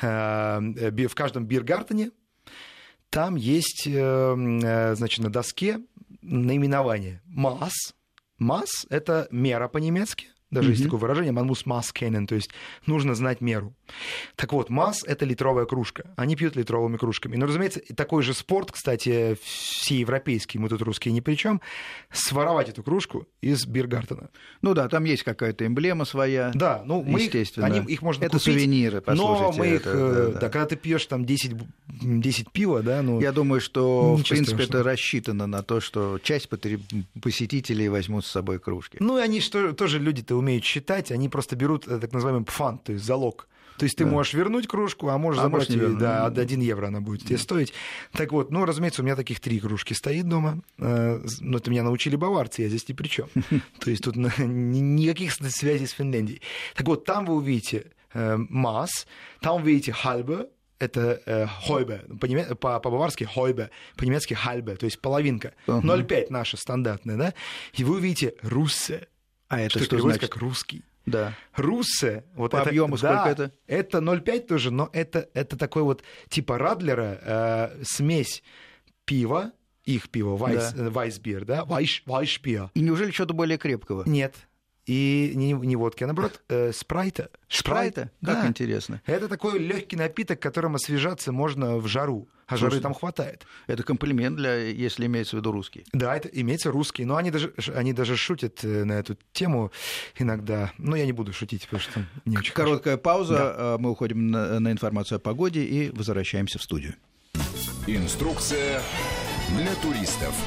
в каждом биргартене там есть, значит, на доске наименование «Maß». Maß — это мера по-немецки. Даже mm-hmm. есть такое выражение «man muss Maß kennen», то есть нужно знать меру. Так вот, Maß — это литровая кружка. Они пьют литровыми кружками. Но, разумеется, такой же спорт, кстати, всеевропейский, мы тут русские ни при чем, своровать эту кружку из биргартена. Ну да, там есть какая-то эмблема своя. Да, ну мы естественно. Их, они, их можно это купить. сувениры, но мы их, это, да, да. Да, когда ты пьешь там десять, десять пива, да, ну... Я думаю, что, в принципе, страшного. это рассчитано на то, что часть посетителей возьмут с собой кружки. Ну, и они что, тоже люди-то умеют считать, они просто берут так называемый пфанд, то есть залог. То есть ты да. можешь вернуть кружку, а можешь а забрать ее, да, один евро она будет тебе стоить. Так вот, ну, разумеется, у меня таких три кружки стоит дома, но это меня научили баварцы, я здесь ни при чем. То есть тут никаких связей с Финляндией. Так вот, там вы увидите Maß, там вы увидите halbe, это э, хойбе, по-баварски хойбе, по-немецки хальбе, то есть половинка. Uh-huh. ноль целых пять наша стандартная, да? И вы увидите руссе, а это что, что переводится значит? Как русский. Да. Руссе. Вот по это, объему да, сколько это? Это ноль целых пять тоже, но это, это такой вот типа Радлера, э, смесь пива, их пива, Weiss, да. Weissbier, да? Weiss, Weissbier. И неужели что-то более крепкого? Нет. И не, не водки, а наоборот, э, спрайта. Спрайта? Как да. интересно. Это такой легкий напиток, которым освежаться можно в жару. А Слушай, жары там хватает. Это комплимент, для, если имеется в виду русский. Да, это имеется русский. Но они даже, они даже шутят на эту тему иногда. Но я не буду шутить, потому что не очень Короткая хорошо. пауза. Да. Мы уходим на, на информацию о погоде и возвращаемся в студию. Инструкция для туристов.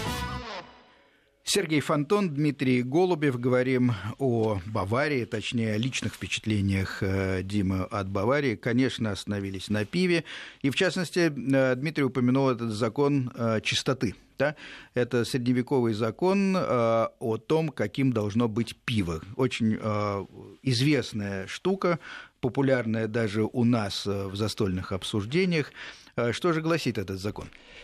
Сергей Фонтон, Дмитрий Голубев. Говорим о Баварии, точнее, о личных впечатлениях Димы от Баварии. Конечно, остановились на пиве. И, в частности, Дмитрий упомянул этот закон чистоты. Да? Это средневековый закон о том, каким должно быть пиво. Очень известная штука, популярная даже у нас в застольных обсуждениях. Что же гласит этот закон?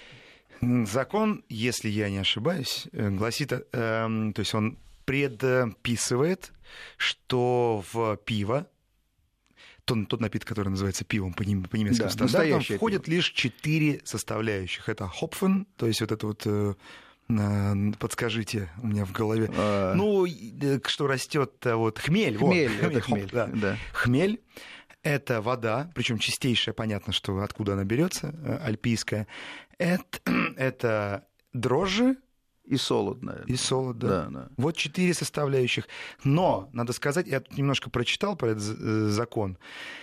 Закон, если я не ошибаюсь, гласит, э, то есть он предписывает, что в пиво, тот, тот напиток, который называется пивом по, нем, по немецким да, стандартам, входят пиво. Лишь четыре составляющих. Это хопфен, то есть вот это вот... Э, подскажите, у меня в голове. А... Ну, что растет, вот хмель. Хмель, вот. это хмель. Да. Да. Хмель. Это вода, причем чистейшая, понятно, что откуда она берется, альпийская. Это, это дрожжи. И солод, наверное. И солод, да. да, да. Вот четыре составляющих. Но, надо сказать, я тут немножко прочитал про этот закон.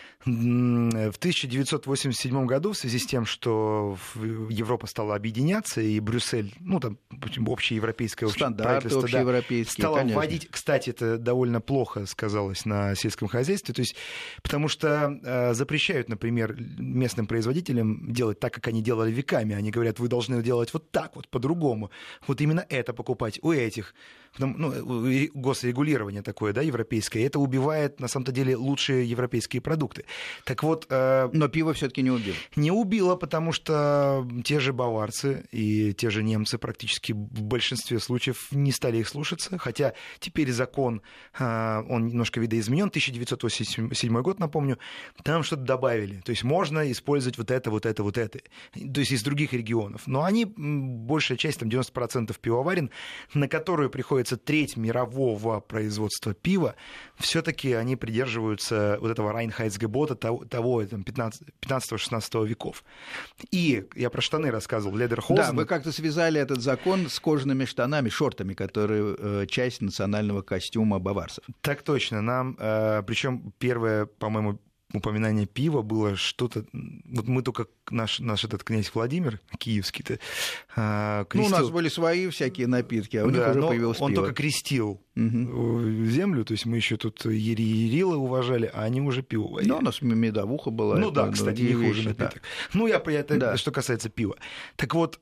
В тысяча девятьсот восемьдесят седьмом году в связи с тем, что Европа стала объединяться, и Брюссель, ну, там, общеевропейское правительство общеевропейские, стало конечно. вводить... Кстати, это довольно плохо сказалось на сельском хозяйстве, то есть, потому что э, запрещают, например, местным производителям делать так, как они делали веками. Они говорят, вы должны делать вот так вот, по-другому. Вот именно это покупать у этих. Ну, госрегулирование такое, да, европейское. Это убивает, на самом-то деле, лучшие европейские продукты. Так вот, э, но пиво все-таки не убило. Не убило, потому что те же баварцы и те же немцы практически в большинстве случаев не стали их слушаться. Хотя теперь закон, э, он немножко видоизменен. тысяча девятьсот восемьдесят седьмой год, напомню, там что-то добавили. То есть можно использовать вот это, вот это, вот это. То есть из других регионов. Но они, большая часть, там девяносто процентов пивоварен, на которую приходится треть мирового производства пива, все-таки они придерживаются вот этого Reinheitsgebot, чего-то того, того там, пятнадцатого-шестнадцатого веков. И я про штаны рассказывал, ледерхозен. Да, вы как-то связали этот закон с кожаными штанами, шортами, которые э, часть национального костюма баварцев. Так точно. Нам, э, причем первое, по-моему, упоминание пива было что-то... Вот мы только... Наш, наш этот князь Владимир Киевский-то э, крестил... Ну, у нас были свои всякие напитки, а у них да, уже появилось он пиво. Он только крестил угу. землю, то есть мы еще тут Ерилы уважали, а они уже пиво варили. Да, у нас медовуха была. Ну это, да, кстати, не хуже напиток. Да. Ну, я это, да. Что касается пива. Так вот,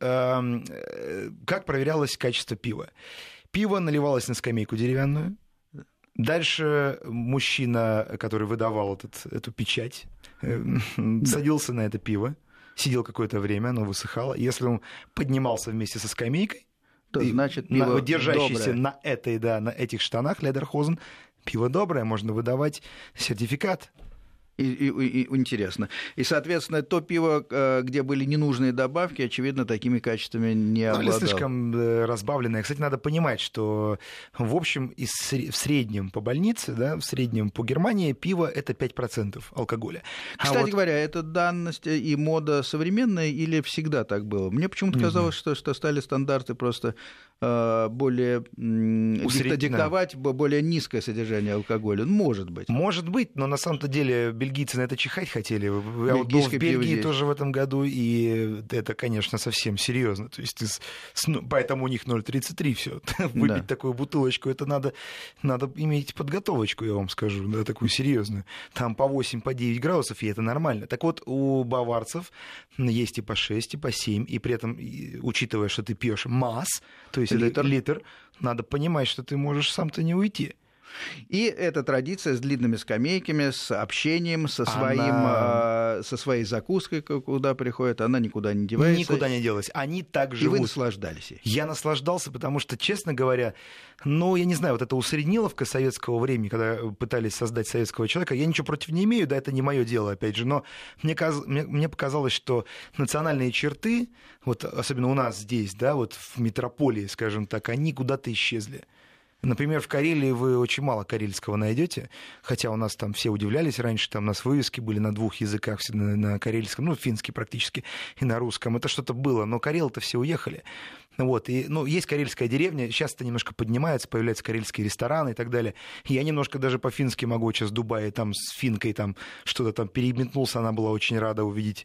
э, как проверялось качество пива? Пиво наливалось на скамейку деревянную. Дальше мужчина, который выдавал этот, эту печать, садился на это пиво, сидел какое-то время, оно высыхало. Если он поднимался вместе со скамейкой, то значит пиво на, держащийся доброе. на этой, да, на этих штанах ледерхозен, пиво доброе, можно выдавать сертификат. И, и, и, интересно. И, соответственно, то пиво, где были ненужные добавки, очевидно, такими качествами не обладало. Ну, или слишком разбавленное. Кстати, надо понимать, что, в общем, из, в среднем по больнице, да, в среднем по Германии пиво — это пять процентов алкоголя. Кстати а вот... говоря, это данность и мода современная или всегда так было? Мне почему-то mm-hmm. казалось, что, что стали стандарты просто э, более Усредненно. диктовать более низкое содержание алкоголя. Может быть. Может быть, но на самом-то деле бельгийцы на это чихать хотели. Я вот был в Бельгии тоже в этом году, и это, конечно, совсем серьезно. То есть, поэтому у них ноль тридцать три все. Выпить да. такую бутылочку, это надо, надо иметь подготовочку, я вам скажу, да, такую серьезную. Там по восемь, по девять градусов, и это нормально. Так вот, у баварцев есть и по шесть, и по семь, и при этом, учитывая, что ты пьешь масс, то есть литр. литр, надо понимать, что ты можешь сам-то не уйти. И эта традиция с длинными скамейками, с общением, со, своим, она... со своей закуской, куда приходят, она никуда не девается. Никуда не делась. Они так живут. И вы наслаждались. Я наслаждался, потому что, честно говоря, ну, я не знаю, вот эта усредниловка советского времени, когда пытались создать советского человека, я ничего против не имею, да, это не мое дело, опять же, но мне, мне, мне показалось, что национальные черты, вот особенно у нас здесь, да, вот в метрополии, скажем так, они куда-то исчезли. Например, в Карелии вы очень мало карельского найдете, хотя у нас там все удивлялись раньше, там у нас вывески были на двух языках, на, на карельском, ну, финский практически, и на русском. Это что-то было, но карелы-то все уехали. Вот, и, ну, есть карельская деревня, сейчас это немножко поднимается, появляются карельские рестораны и так далее. Я немножко даже по-фински могу, сейчас в Дубае там с финкой там что-то там переметнулся, она была очень рада увидеть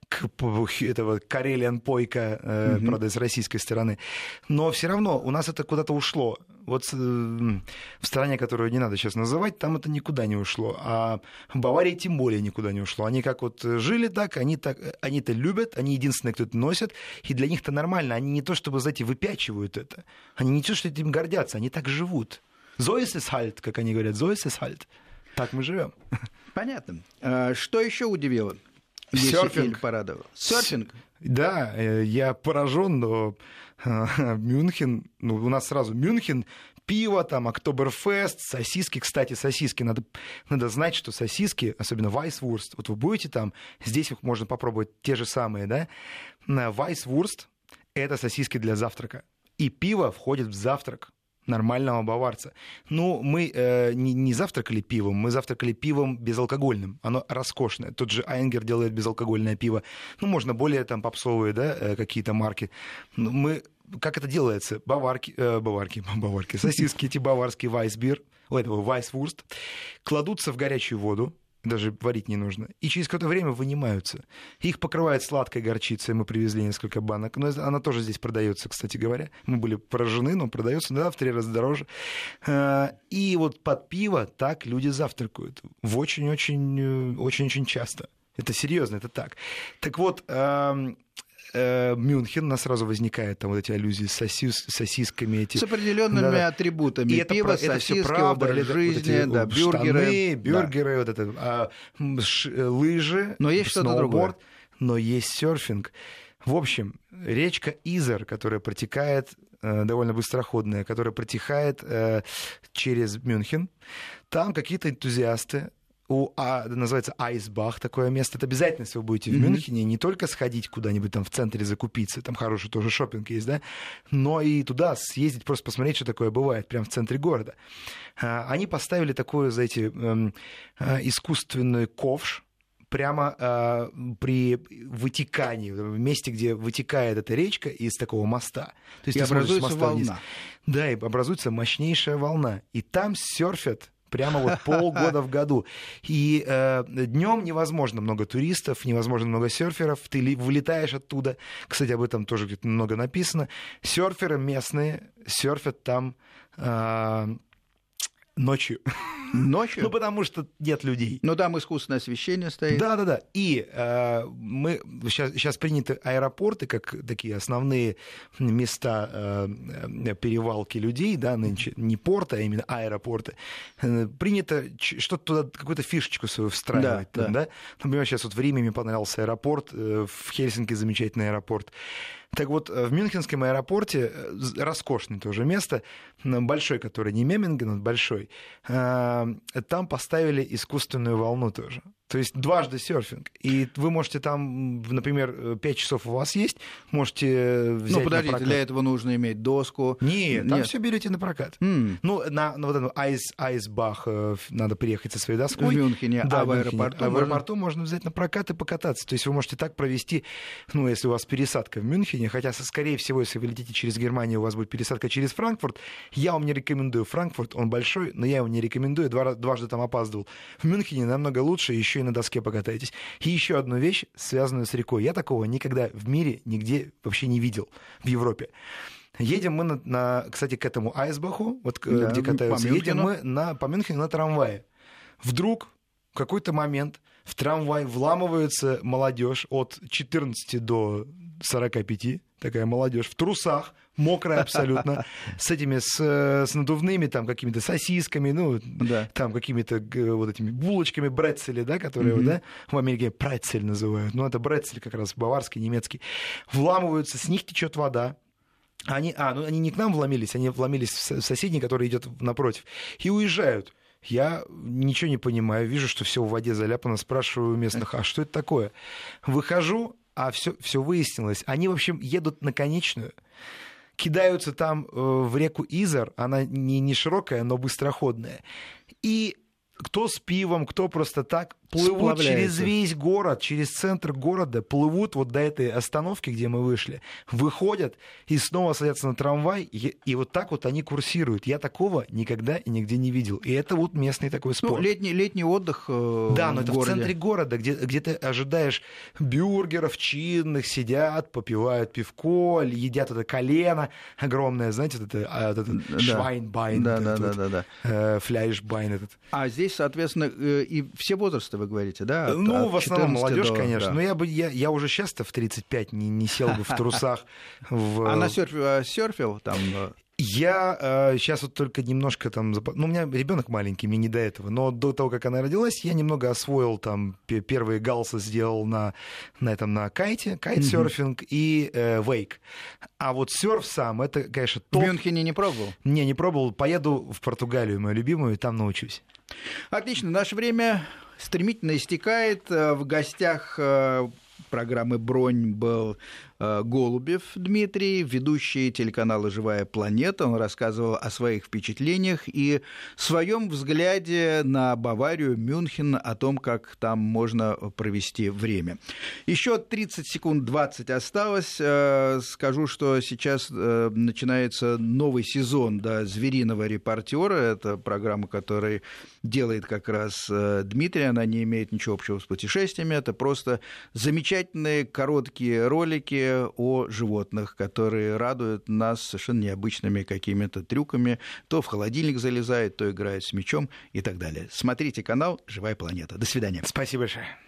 этого Карелиан Пойка, э, mm-hmm. правда, с российской стороны. Но все равно у нас это куда-то ушло. Вот э, в стране, которую не надо сейчас называть, там это никуда не ушло. А в Баварии тем более никуда не ушло. Они как вот жили так, они так, они это любят, они единственные, кто это носит, и для них это нормально. Они не то, чтобы, знаете, выпячивают это. Они не то, что этим гордятся, они так живут. So ist es halt, как они говорят, so ist es halt. Так мы живем. Понятно. А что еще удивило? Серфинг. Порадовал. Серфинг. Да, я поражен, но Мюнхен, ну, у нас сразу Мюнхен, пиво, там, Октоберфест, сосиски. Кстати, сосиски, надо, надо знать, что сосиски, особенно Weisswurst, вот вы будете там, здесь их можно попробовать те же самые, да, Weisswurst — это сосиски для завтрака. И пиво входит в завтрак нормального баварца. Ну, мы э, не, не завтракали пивом, мы завтракали пивом безалкогольным. Оно роскошное. Тот же Айнгер делает безалкогольное пиво. Ну, можно более там попсовые, да, э, какие-то марки. Но мы... Как это делается? Баварки, э, баварки, баварки, сосиски эти баварские, Weissbier, у этого Weisswurst, кладутся в горячую воду, даже варить не нужно, и через какое-то время вынимаются. Их покрывают сладкой горчицей, мы привезли несколько банок, но она тоже здесь продается, кстати говоря. Мы были поражены, но продается, да, в три раза дороже. И вот под пиво так люди завтракают. В очень-очень, очень-очень часто. Это серьезно, это так. Так вот, Мюнхен, у нас сразу возникают там вот эти аллюзии с сосис, сосисками. Эти, с определенными да, атрибутами. И пиво, это, сосиски, это правда, образ жизни, вот да, бюргеры. Штаны, бюргеры, да. Вот это, а, ш, лыжи, но есть что-то другое. Но есть серфинг. В общем, речка Изер, которая протекает, э, довольно быстроходная, которая протекает э, через Мюнхен, там какие-то энтузиасты у, а, называется Айсбах, такое место. Это обязательно, если вы будете в mm-hmm. Мюнхене, не только сходить куда-нибудь там в центре закупиться, там хороший тоже шопинг есть, да, но и туда съездить, просто посмотреть, что такое бывает прямо в центре города. Они поставили такую, знаете, искусственный ковш, прямо э, при вытекании, в месте, где вытекает эта речка из такого моста. То есть и образуется волна. Вниз. Да, и образуется мощнейшая волна. И там серфят прямо вот полгода в году. И э, днем невозможно много туристов, невозможно много серферов. Ты ли, вылетаешь оттуда. Кстати, об этом тоже где-то много написано. Серферы местные серфят там э, ночью. Ночью? Ну, потому что нет людей. Ну, там искусственное освещение стоит. Да-да-да. И э, мы сейчас, сейчас приняты аэропорты, как такие основные места э, перевалки людей, да, нынче не порты, а именно аэропорты. Э, принято что-то туда, какую-то фишечку свою встраивать. Да, там, да. Да? Например, сейчас вот в Риме мне понравился аэропорт, э, в Хельсинки замечательный аэропорт. Так вот, в Мюнхенском аэропорте, роскошное тоже место, большой, который не Мемминген, он большой, там поставили искусственную волну тоже. То есть дважды серфинг. И вы можете там, например, пять часов у вас есть, можете взять. Ну, подождите, на прокат. для этого нужно иметь доску. Нет, Нет. там все берете на прокат. Mm. Ну, на, на вот эту Айс, Айсбах надо приехать со своей доской. В Мюнхене, да, а в аэропорту? А в аэропорту можно взять на прокат и покататься. То есть вы можете так провести, ну, если у вас пересадка в Мюнхене, хотя, скорее всего, если вы летите через Германию, у вас будет пересадка через Франкфурт. Я вам не рекомендую Франкфурт, он большой, но я его не рекомендую, Два, дважды там опаздывал. В Мюнхене намного лучше, еще и на доске покатайтесь. И еще одну вещь, связанную с рекой. Я такого никогда в мире нигде вообще не видел в Европе. Едем мы, на, на, кстати, к этому Айсбаху, вот, да, где катаются, едем мы на, по Мюнхену на трамвае. Вдруг в какой-то момент в трамвай вламывается молодежь от четырнадцати до сорока пяти, такая молодежь в трусах, мокрая абсолютно, с этими, с, с надувными там какими-то сосисками, ну, да. там какими-то вот этими булочками, брецели, да, которые, mm-hmm. да, в Америке прецель называют, ну, это брецель как раз баварский, немецкий, вламываются, с них течет вода. Они, а, ну, они не к нам вломились, они вломились в соседний, который идет напротив, и уезжают. Я ничего не понимаю, вижу, что все в воде заляпано, спрашиваю у местных, а что это такое? Выхожу, а все, все выяснилось. Они, в общем, едут на конечную, кидаются там э, в реку Изар, она не, не широкая, но быстроходная, и кто с пивом, кто просто так, плывут через весь город, через центр города, плывут вот до этой остановки, где мы вышли, выходят и снова садятся на трамвай, и, и вот так вот они курсируют. Я такого никогда и нигде не видел. И это вот местный такой спорт. Ну, летний, летний отдых э, Да, в но это городе. В центре города, где, где ты ожидаешь бюргеров чинных, сидят, попивают пивко, едят это колено огромное, знаете, вот это, вот это да. швайнбайн, да, этот да, вот, да, да, да. э, фляйшбайн этот. А здесь, соответственно, и все возрасты, вы говорите, да? От, ну, от в основном молодежь, до... конечно. Да. Но я бы я, я уже сейчас-то в тридцать пять не, не сел бы в трусах. В... А на серфе серфил там? Я э, сейчас вот только немножко там... Ну, у меня ребенок маленький, мне не до этого. Но до того, как она родилась, я немного освоил там первые галсы, сделал на, на этом, на кайте, кайтсерфинг mm-hmm. и э, вейк. А вот серф сам, это, конечно, топ. В Мюнхене не пробовал? Не, не пробовал. Поеду в Португалию, мою любимую, и там научусь. Отлично. Наше время стремительно истекает. В гостях программы «Бронь» был Голубев Дмитрий, ведущий телеканала «Живая планета». Он рассказывал о своих впечатлениях и своем взгляде на Баварию, Мюнхен, о том, как там можно провести время. Еще тридцать секунд, двадцать осталось. Скажу, что сейчас начинается новый сезон да, «Звериного репортера». Это программа, которая делает как раз Дмитрий. Она не имеет ничего общего с путешествиями. Это просто замечательные короткие ролики о животных, которые радуют нас совершенно необычными какими-то трюками. То в холодильник залезает, то играет с мячом и так далее. Смотрите канал «Живая планета». До свидания. Спасибо большое.